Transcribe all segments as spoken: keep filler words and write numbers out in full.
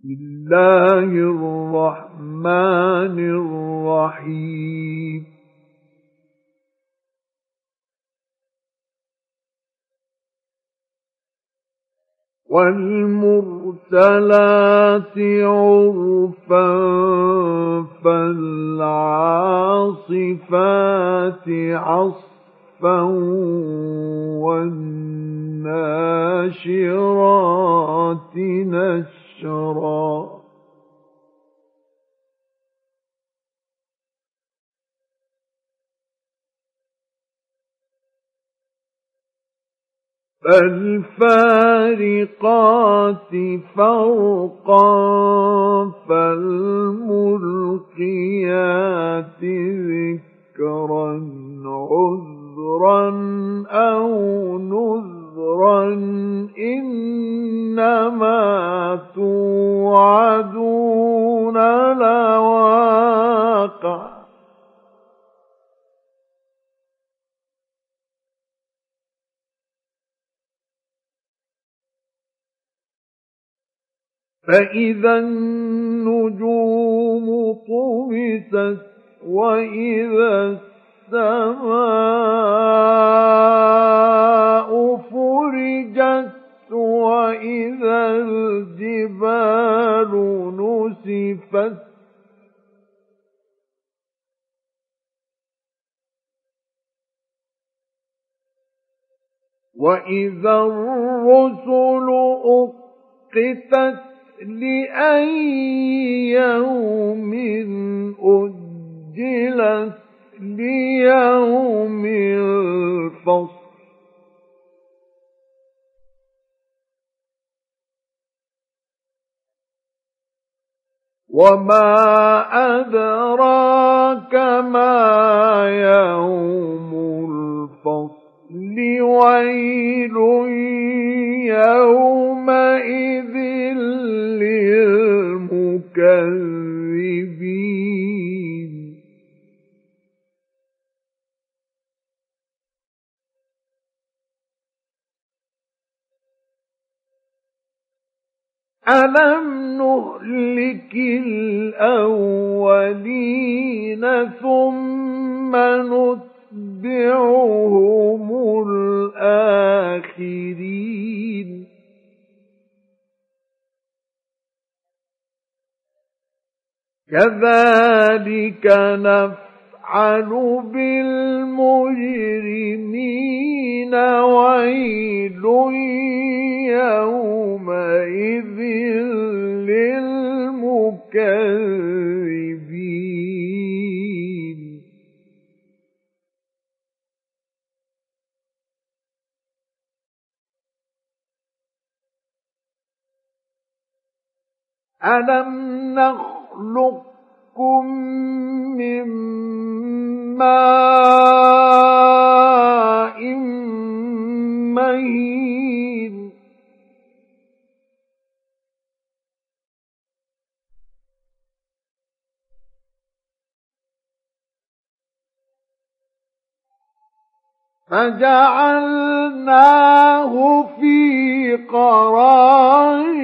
بسم الله الرحمن الرحيم والمرسلات عرفا فالعاصفات عصفا والناشرات نشرا فالفارقات فرقا فالملقيات ذكرا عذرا أو نذرا إنما توعدون لواقع فإذا النجوم طمست وإذا السماء فرجت وإذا الجبال نسفت وإذا الرسل أقتت لأي يوم أجلت ليوم الفصل وما أدراك ما يوم الفصل ويل يومئذ للمكذبين ألم نهلك الأولين ثم نتبعهم الآخرين كذلك نفعل بالمجرمين ويل يومئذ للمكذبين ألم نخلقكم من ماء مهين فجعلناه في قرار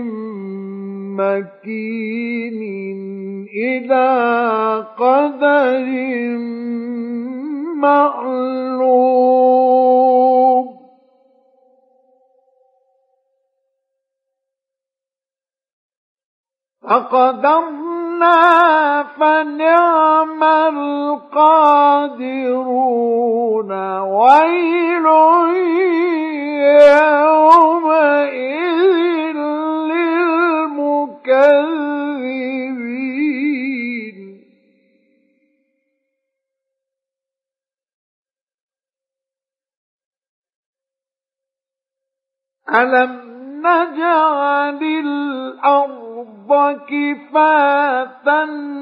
مكين إلى قدر معلوم فقدرنا فنعم القادرون ويل يومئذ للمكذبين ألم نجعل الأرض كفاتا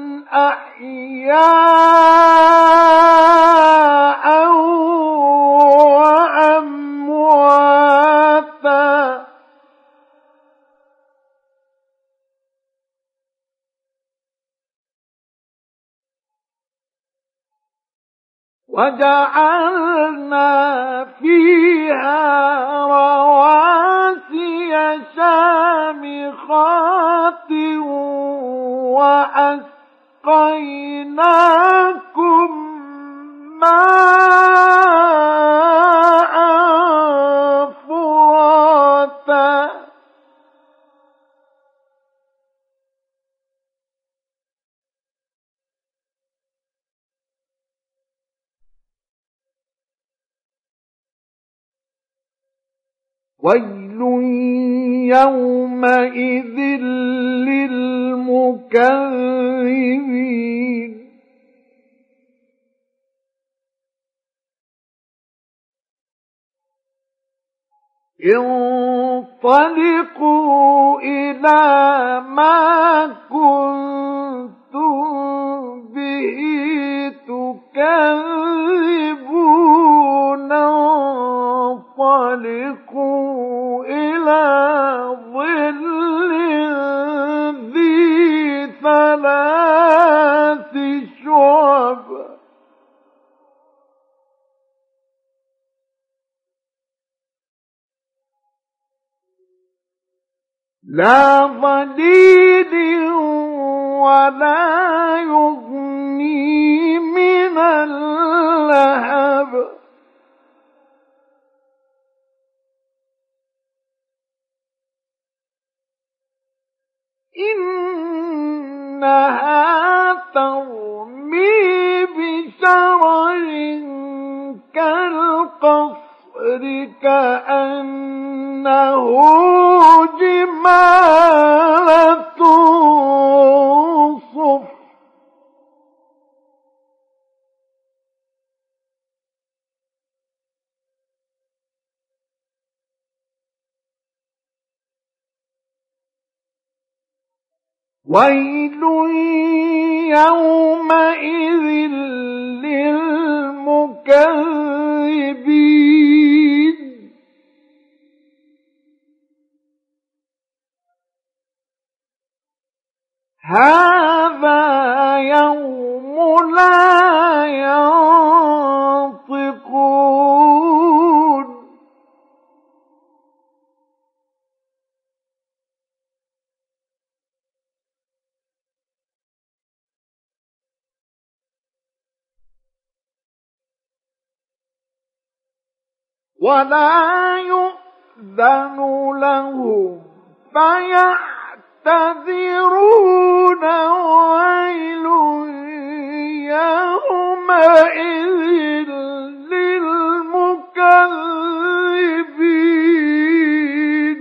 أحياء وأمواتا وجعلنا فيها رواسي شامخات وأسقيناكم ماء فراتا ويل يومئذ للمكذبين انطلقوا إلى ما كنتم به تكذبون انطلقوا إلى ظل ذي ثلاث شعب لا ظليل ولا يغني من اللهب إنها ترمي بشرر كالقصر كأنه جمالة صفر ويل يومئذ للمكذبين هذا يوم لا ينطقون ولا يؤذن لهم فيعتذرون ويل يومئذ للمكذبين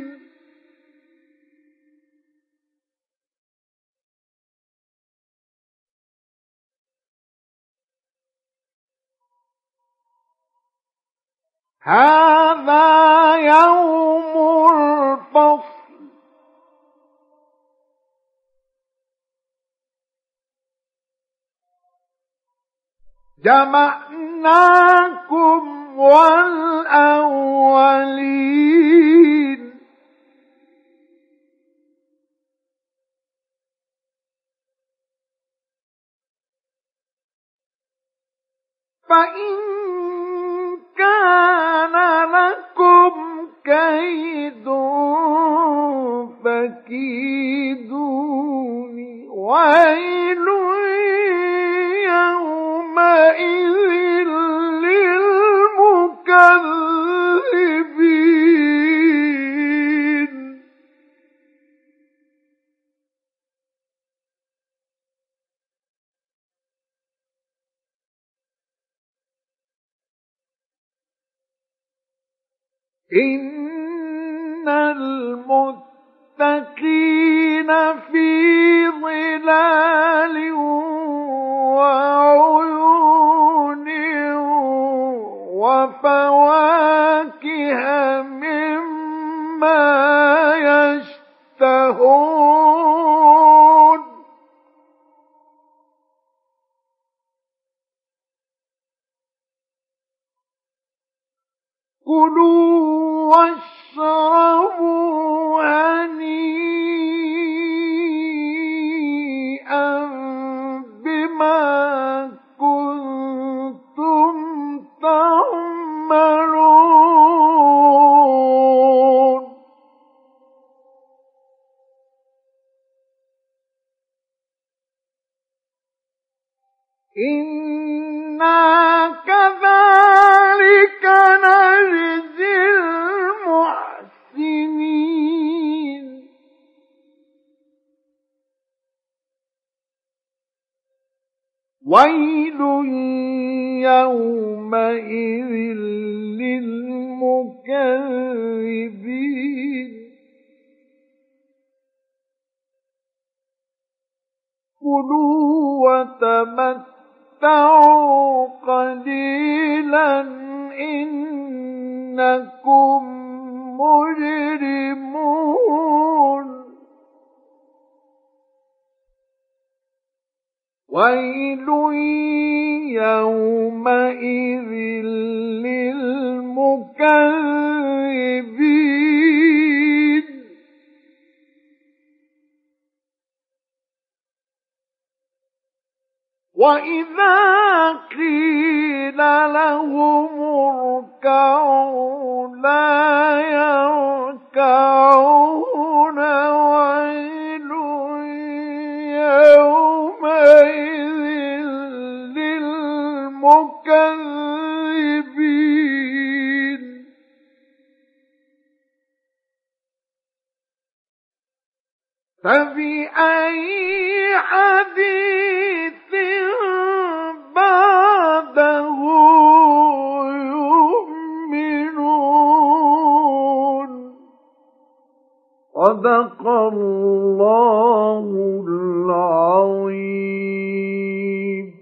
هذا يوم الفصل جمعناكم والأولين فإن كان لكم كيد فكيدوني ويل يومئذ للمكذبين إن المتقين في ظلال وعيون وفواكه مما يشتهون كلوا واشربوا هنيئا بما كنتم تعملون إنا كذلك نجزي المحسنين ويل يومئذ للمكذبين كلوا وتمتعوا قليلا إنكم مجرمون ويل يومئذ للمكذبين وإذا قيل لهم اركعوا لا يركعون ويل يومئذ للمكذبين فبأي حديث بعده يؤمنون صدق الله العظيم.